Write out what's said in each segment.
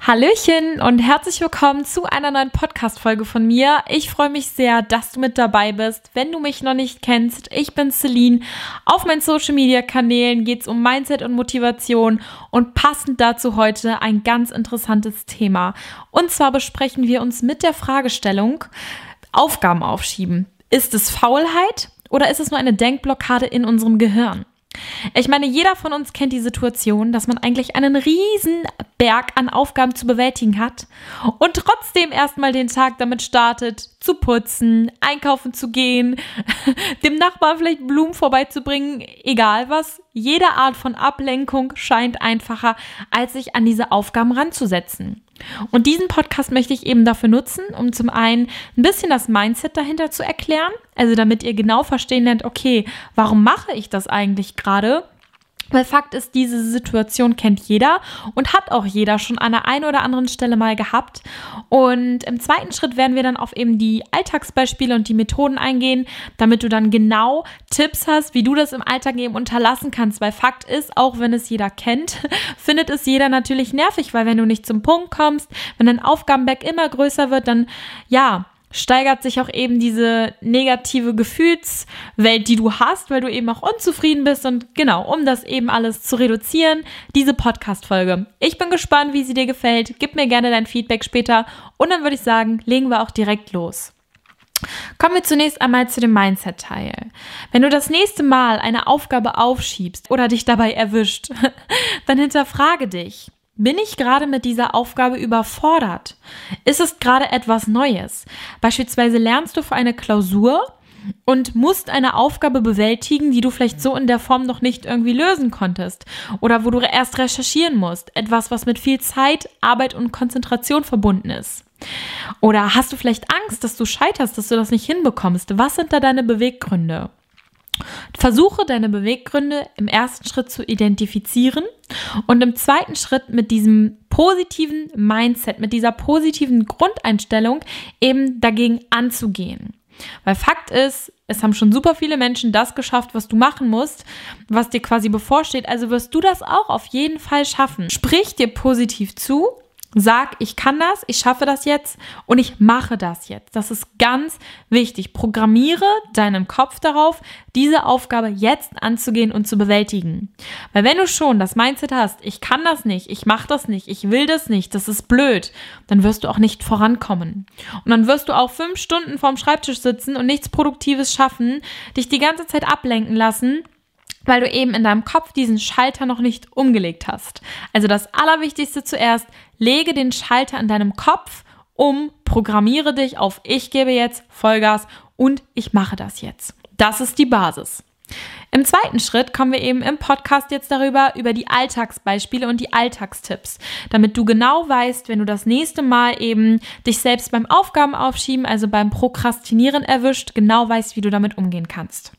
Hallöchen und herzlich willkommen zu einer neuen Podcast-Folge von mir. Ich freue mich sehr, dass du mit dabei bist. Wenn du mich noch nicht kennst, ich bin Celine. Auf meinen Social-Media-Kanälen geht es um Mindset und Motivation und passend dazu heute ein ganz interessantes Thema. Und zwar besprechen wir uns mit der Fragestellung Aufgaben aufschieben. Ist es Faulheit oder ist es nur eine Denkblockade in unserem Gehirn? Ich meine, jeder von uns kennt die Situation, dass man eigentlich einen riesen Berg an Aufgaben zu bewältigen hat und trotzdem erstmal den Tag damit startet, zu putzen, einkaufen zu gehen, dem Nachbarn vielleicht Blumen vorbeizubringen, egal was. Jede Art von Ablenkung scheint einfacher, als sich an diese Aufgaben ranzusetzen. Und diesen Podcast möchte ich eben dafür nutzen, um zum einen ein bisschen das Mindset dahinter zu erklären, also damit ihr genau verstehen lernt, okay, warum mache ich das eigentlich gerade? Weil Fakt ist, diese Situation kennt jeder und hat auch jeder schon an der einen oder anderen Stelle mal gehabt. Und im zweiten Schritt werden wir dann auf eben die Alltagsbeispiele und die Methoden eingehen, damit du dann genau Tipps hast, wie du das im Alltag eben unterlassen kannst. Weil Fakt ist, auch wenn es jeder kennt, findet es jeder natürlich nervig, weil wenn du nicht zum Punkt kommst, wenn dein Aufgabenberg immer größer wird, dann steigert sich auch eben diese negative Gefühlswelt, die du hast, weil du eben auch unzufrieden bist. Und genau, um das eben alles zu reduzieren, diese Podcast-Folge. Ich bin gespannt, wie sie dir gefällt. Gib mir gerne dein Feedback später. Und dann würde ich sagen, legen wir auch direkt los. Kommen wir zunächst einmal zu dem Mindset-Teil. Wenn du das nächste Mal eine Aufgabe aufschiebst oder dich dabei erwischt, dann hinterfrage dich. Bin ich gerade mit dieser Aufgabe überfordert? Ist es gerade etwas Neues? Beispielsweise lernst du für eine Klausur und musst eine Aufgabe bewältigen, die du vielleicht so in der Form noch nicht irgendwie lösen konntest oder wo du erst recherchieren musst. Etwas, was mit viel Zeit, Arbeit und Konzentration verbunden ist. Oder hast du vielleicht Angst, dass du scheiterst, dass du das nicht hinbekommst? Was sind da deine Beweggründe? Versuche deine Beweggründe im ersten Schritt zu identifizieren und im zweiten Schritt mit diesem positiven Mindset, mit dieser positiven Grundeinstellung eben dagegen anzugehen. Weil Fakt ist, es haben schon super viele Menschen das geschafft, was du machen musst, was dir quasi bevorsteht. Also wirst du das auch auf jeden Fall schaffen. Sprich dir positiv zu. Sag, ich kann das, ich schaffe das jetzt und ich mache das jetzt. Das ist ganz wichtig. Programmiere deinen Kopf darauf, diese Aufgabe jetzt anzugehen und zu bewältigen. Weil wenn du schon das Mindset hast, ich kann das nicht, ich mache das nicht, ich will das nicht, das ist blöd, dann wirst du auch nicht vorankommen. Und dann wirst du auch 5 Stunden vorm Schreibtisch sitzen und nichts Produktives schaffen, dich die ganze Zeit ablenken lassen, weil du eben in deinem Kopf diesen Schalter noch nicht umgelegt hast. Also das Allerwichtigste zuerst, lege den Schalter in deinem Kopf um, programmiere dich auf ich gebe jetzt Vollgas und ich mache das jetzt. Das ist die Basis. Im zweiten Schritt kommen wir eben im Podcast jetzt über die Alltagsbeispiele und die Alltagstipps, damit du genau weißt, wenn du das nächste Mal eben dich selbst beim Aufgabenaufschieben, also beim Prokrastinieren erwischt, genau weißt, wie du damit umgehen kannst.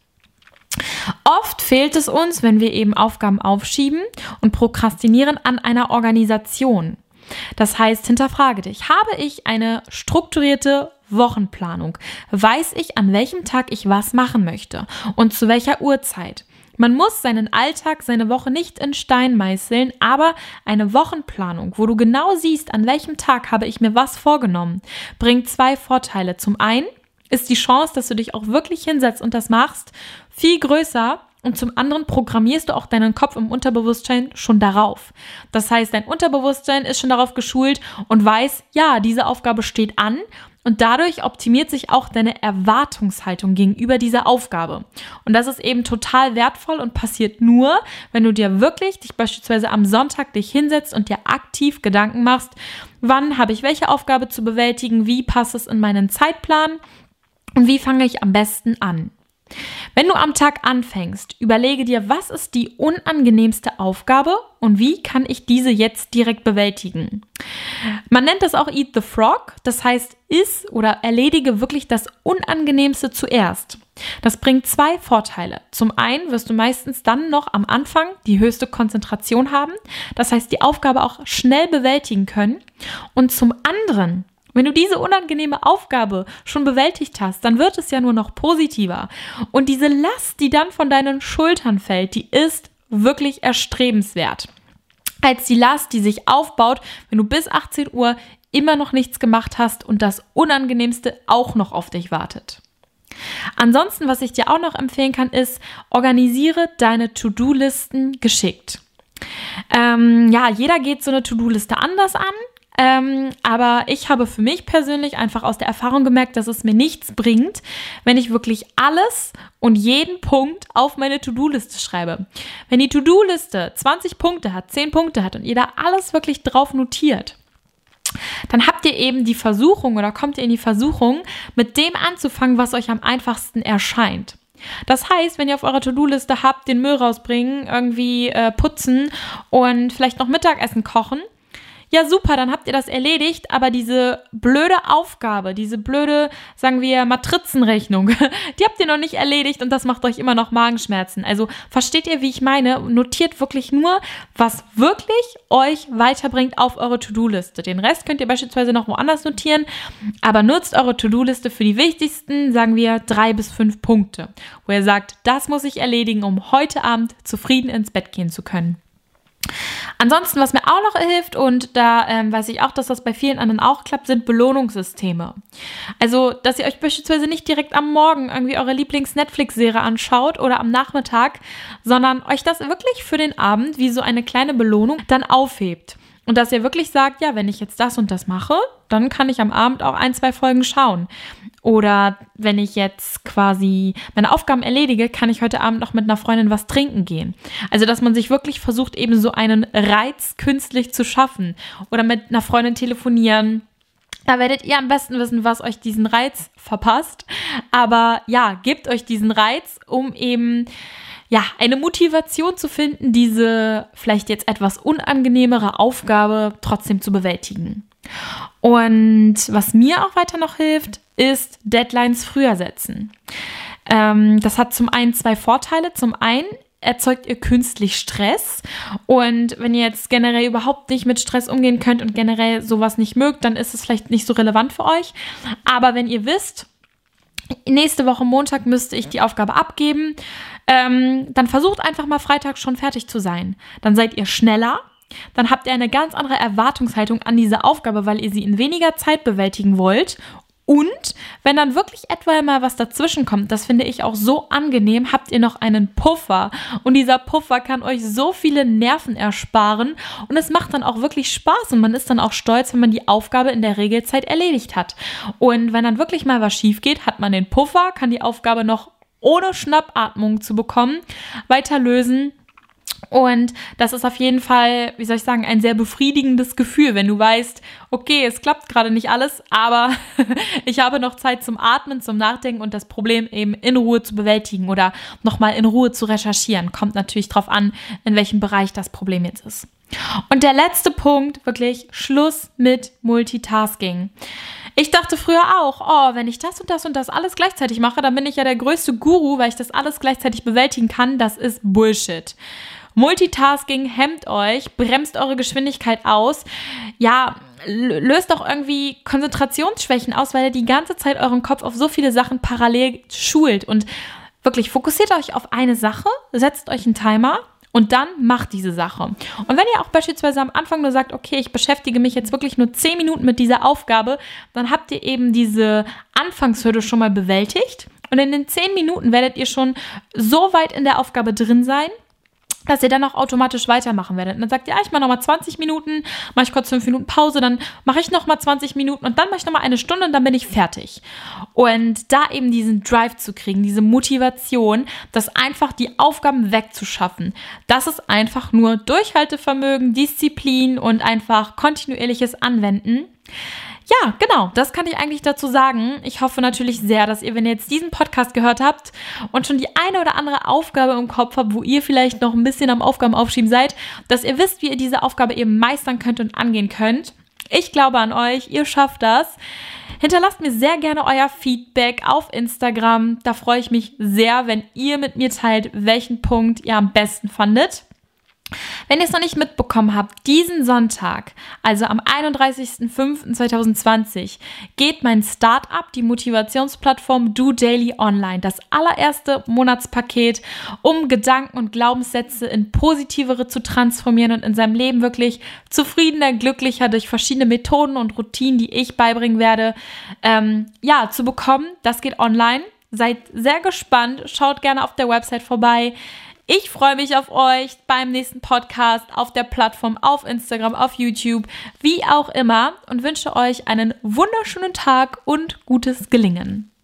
Oft fehlt es uns, wenn wir eben Aufgaben aufschieben und prokrastinieren, an einer Organisation. Das heißt, hinterfrage dich, habe ich eine strukturierte Wochenplanung? Weiß ich, an welchem Tag ich was machen möchte und zu welcher Uhrzeit? Man muss seinen Alltag, seine Woche nicht in Stein meißeln, aber eine Wochenplanung, wo du genau siehst, an welchem Tag habe ich mir was vorgenommen, bringt 2 Vorteile. Zum einen ist die Chance, dass du dich auch wirklich hinsetzt und das machst, viel größer und zum anderen programmierst du auch deinen Kopf im Unterbewusstsein schon darauf. Das heißt, dein Unterbewusstsein ist schon darauf geschult und weiß, ja, diese Aufgabe steht an und dadurch optimiert sich auch deine Erwartungshaltung gegenüber dieser Aufgabe. Und das ist eben total wertvoll und passiert nur, wenn du dir wirklich dich beispielsweise am Sonntag dich hinsetzt und dir aktiv Gedanken machst, wann habe ich welche Aufgabe zu bewältigen, wie passt es in meinen Zeitplan und wie fange ich am besten an. Wenn du am Tag anfängst, überlege dir, was ist die unangenehmste Aufgabe und wie kann ich diese jetzt direkt bewältigen. Man nennt das auch Eat the Frog, das heißt, iss oder erledige wirklich das Unangenehmste zuerst. Das bringt 2 Vorteile. Zum einen wirst du meistens dann noch am Anfang die höchste Konzentration haben, das heißt, die Aufgabe auch schnell bewältigen können und zum anderen, wenn du diese unangenehme Aufgabe schon bewältigt hast, dann wird es ja nur noch positiver. Und diese Last, die dann von deinen Schultern fällt, die ist wirklich erstrebenswert. als die Last, die sich aufbaut, wenn du bis 18 Uhr immer noch nichts gemacht hast und das Unangenehmste auch noch auf dich wartet. Ansonsten, was ich dir auch noch empfehlen kann, ist, organisiere deine To-Do-Listen geschickt. Jeder geht so eine To-Do-Liste anders an, aber ich habe für mich persönlich einfach aus der Erfahrung gemerkt, dass es mir nichts bringt, wenn ich wirklich alles und jeden Punkt auf meine To-Do-Liste schreibe. Wenn die To-Do-Liste 20 Punkte hat, 10 Punkte hat und ihr da alles wirklich drauf notiert, dann habt ihr eben die Versuchung oder kommt ihr in die Versuchung, mit dem anzufangen, was euch am einfachsten erscheint. Das heißt, wenn ihr auf eurer To-Do-Liste habt, den Müll rausbringen, irgendwie putzen und vielleicht noch Mittagessen kochen, ja super, dann habt ihr das erledigt, aber diese blöde Aufgabe, diese blöde, sagen wir, Matrizenrechnung, die habt ihr noch nicht erledigt und das macht euch immer noch Magenschmerzen. Also versteht ihr, wie ich meine? Notiert wirklich nur, was wirklich euch weiterbringt auf eure To-Do-Liste. Den Rest könnt ihr beispielsweise noch woanders notieren, aber nutzt eure To-Do-Liste für die wichtigsten, sagen wir, 3 bis 5 Punkte, wo ihr sagt, das muss ich erledigen, um heute Abend zufrieden ins Bett gehen zu können. Ansonsten, was mir auch noch hilft, und da weiß ich auch, dass das bei vielen anderen auch klappt, sind Belohnungssysteme. Also, dass ihr euch beispielsweise nicht direkt am Morgen irgendwie eure Lieblings-Netflix-Serie anschaut oder am Nachmittag, sondern euch das wirklich für den Abend wie so eine kleine Belohnung dann aufhebt. Und dass ihr wirklich sagt, ja, wenn ich jetzt das und das mache, dann kann ich am Abend auch 1, 2 Folgen schauen. Oder wenn ich jetzt quasi meine Aufgaben erledige, kann ich heute Abend noch mit einer Freundin was trinken gehen. Also, dass man sich wirklich versucht, eben so einen Reiz künstlich zu schaffen. Oder mit einer Freundin telefonieren. Da werdet ihr am besten wissen, was euch diesen Reiz verpasst. Aber ja, gebt euch diesen Reiz, um eben eine Motivation zu finden, diese vielleicht jetzt etwas unangenehmere Aufgabe trotzdem zu bewältigen. Und was mir auch weiter noch hilft, ist Deadlines früher setzen. Das hat zum einen 2 Vorteile. Zum einen erzeugt ihr künstlich Stress. Und wenn ihr jetzt generell überhaupt nicht mit Stress umgehen könnt und generell sowas nicht mögt, dann ist es vielleicht nicht so relevant für euch. Aber wenn ihr wisst, nächste Woche Montag müsste ich die Aufgabe abgeben, dann versucht einfach mal Freitag schon fertig zu sein. Dann seid ihr schneller, dann habt ihr eine ganz andere Erwartungshaltung an diese Aufgabe, weil ihr sie in weniger Zeit bewältigen wollt. Und wenn dann wirklich etwa mal was dazwischen kommt, das finde ich auch so angenehm, habt ihr noch einen Puffer. Und dieser Puffer kann euch so viele Nerven ersparen. Und es macht dann auch wirklich Spaß und man ist dann auch stolz, wenn man die Aufgabe in der Regelzeit erledigt hat. Und wenn dann wirklich mal was schief geht, hat man den Puffer, kann die Aufgabe noch ohne Schnappatmung zu bekommen, weiter lösen. Und das ist auf jeden Fall, wie soll ich sagen, ein sehr befriedigendes Gefühl, wenn du weißt, okay, es klappt gerade nicht alles, aber ich habe noch Zeit zum Atmen, zum Nachdenken und das Problem eben in Ruhe zu bewältigen oder nochmal in Ruhe zu recherchieren. Kommt natürlich drauf an, in welchem Bereich das Problem jetzt ist. Und der letzte Punkt, wirklich Schluss mit Multitasking. Ich dachte früher auch, wenn ich das und das und das alles gleichzeitig mache, dann bin ich ja der größte Guru, weil ich das alles gleichzeitig bewältigen kann. Das ist Bullshit. Multitasking hemmt euch, bremst eure Geschwindigkeit aus, löst auch irgendwie Konzentrationsschwächen aus, weil ihr die ganze Zeit euren Kopf auf so viele Sachen parallel schult. Und wirklich, fokussiert euch auf eine Sache, setzt euch einen Timer und dann macht diese Sache. Und wenn ihr auch beispielsweise am Anfang nur sagt, okay, ich beschäftige mich jetzt wirklich nur 10 Minuten mit dieser Aufgabe, dann habt ihr eben diese Anfangshürde schon mal bewältigt. Und in den 10 Minuten werdet ihr schon so weit in der Aufgabe drin sein, dass ihr dann auch automatisch weitermachen werdet. Und dann sagt ihr, ich mache nochmal 20 Minuten, mache ich kurz 5 Minuten Pause, dann mache ich nochmal 20 Minuten und dann mache ich nochmal 1 Stunde und dann bin ich fertig. Und da eben diesen Drive zu kriegen, diese Motivation, das einfach die Aufgaben wegzuschaffen, das ist einfach nur Durchhaltevermögen, Disziplin und einfach kontinuierliches Anwenden. Ja, genau, das kann ich eigentlich dazu sagen. Ich hoffe natürlich sehr, dass ihr, wenn ihr jetzt diesen Podcast gehört habt und schon die eine oder andere Aufgabe im Kopf habt, wo ihr vielleicht noch ein bisschen am Aufgaben aufschieben seid, dass ihr wisst, wie ihr diese Aufgabe eben meistern könnt und angehen könnt. Ich glaube an euch, ihr schafft das. Hinterlasst mir sehr gerne euer Feedback auf Instagram. Da freue ich mich sehr, wenn ihr mit mir teilt, welchen Punkt ihr am besten fandet. Wenn ihr es noch nicht mitbekommen habt, diesen Sonntag, also am 31.05.2020, geht mein Startup, die Motivationsplattform Do Daily online. Das allererste Monatspaket, um Gedanken und Glaubenssätze in positivere zu transformieren und in seinem Leben wirklich zufriedener, glücklicher durch verschiedene Methoden und Routinen, die ich beibringen werde, zu bekommen. Das geht online. Seid sehr gespannt. Schaut gerne auf der Website vorbei. Ich freue mich auf euch beim nächsten Podcast, auf der Plattform, auf Instagram, auf YouTube, wie auch immer und wünsche euch einen wunderschönen Tag und gutes Gelingen.